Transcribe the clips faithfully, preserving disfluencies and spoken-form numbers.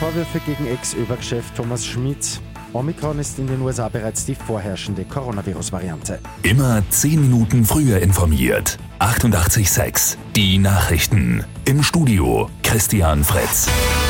Vorwürfe gegen Ex-ÖBAG-Chef Thomas Schmidt. Omikron ist in den U S A bereits die vorherrschende Coronavirus-Variante. Immer zehn Minuten früher informiert. achtundachtzig Komma sechs. Die Nachrichten. Im Studio Christian Fritz.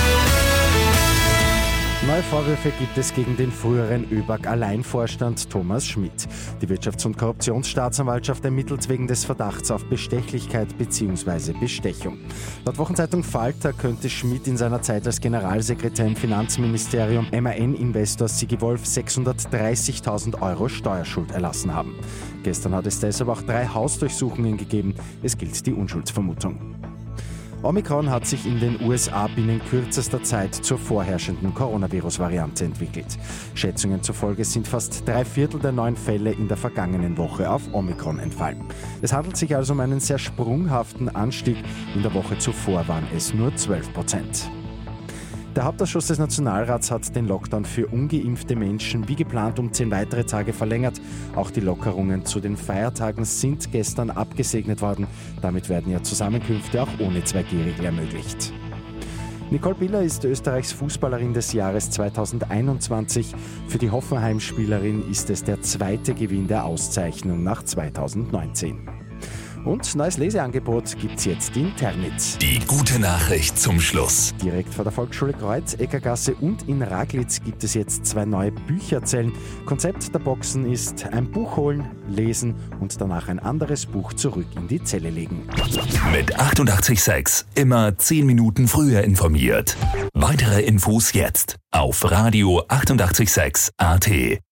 Neue Vorwürfe gibt es gegen den früheren ÖBAG-Alleinvorstand Thomas Schmidt. Die Wirtschafts- und Korruptionsstaatsanwaltschaft ermittelt wegen des Verdachts auf Bestechlichkeit bzw. Bestechung. Laut Wochenzeitung Falter könnte Schmidt in seiner Zeit als Generalsekretär im Finanzministerium M A N-Investor Sigi Wolf sechshundertdreißigtausend Euro Steuerschuld erlassen haben. Gestern hat es deshalb auch drei Hausdurchsuchungen gegeben. Es gilt die Unschuldsvermutung. Omikron hat sich in den U S A binnen kürzester Zeit zur vorherrschenden Coronavirus-Variante entwickelt. Schätzungen zufolge sind fast drei Viertel der neuen Fälle in der vergangenen Woche auf Omikron entfallen. Es handelt sich also um einen sehr sprunghaften Anstieg. In der Woche zuvor waren es nur zwölf Prozent. Der Hauptausschuss des Nationalrats hat den Lockdown für ungeimpfte Menschen wie geplant um zehn weitere Tage verlängert. Auch die Lockerungen zu den Feiertagen sind gestern abgesegnet worden. Damit werden ja Zusammenkünfte auch ohne zwei G Regel ermöglicht. Nicole Biller ist Österreichs Fußballerin des Jahres zweitausendeinundzwanzig. Für die Hoffenheim-Spielerin ist es der zweite Gewinn der Auszeichnung nach zweitausendneunzehn. Und neues Leseangebot gibt's jetzt in Ternitz. Die gute Nachricht zum Schluss. Direkt vor der Volksschule Kreuz, Eckergasse und in Raglitz gibt es jetzt zwei neue Bücherzellen. Konzept der Boxen ist ein Buch holen, lesen und danach ein anderes Buch zurück in die Zelle legen. Mit achtundachtzig Komma sechs immer zehn Minuten früher informiert. Weitere Infos jetzt auf Radio achtundachtzig Komma sechs A T.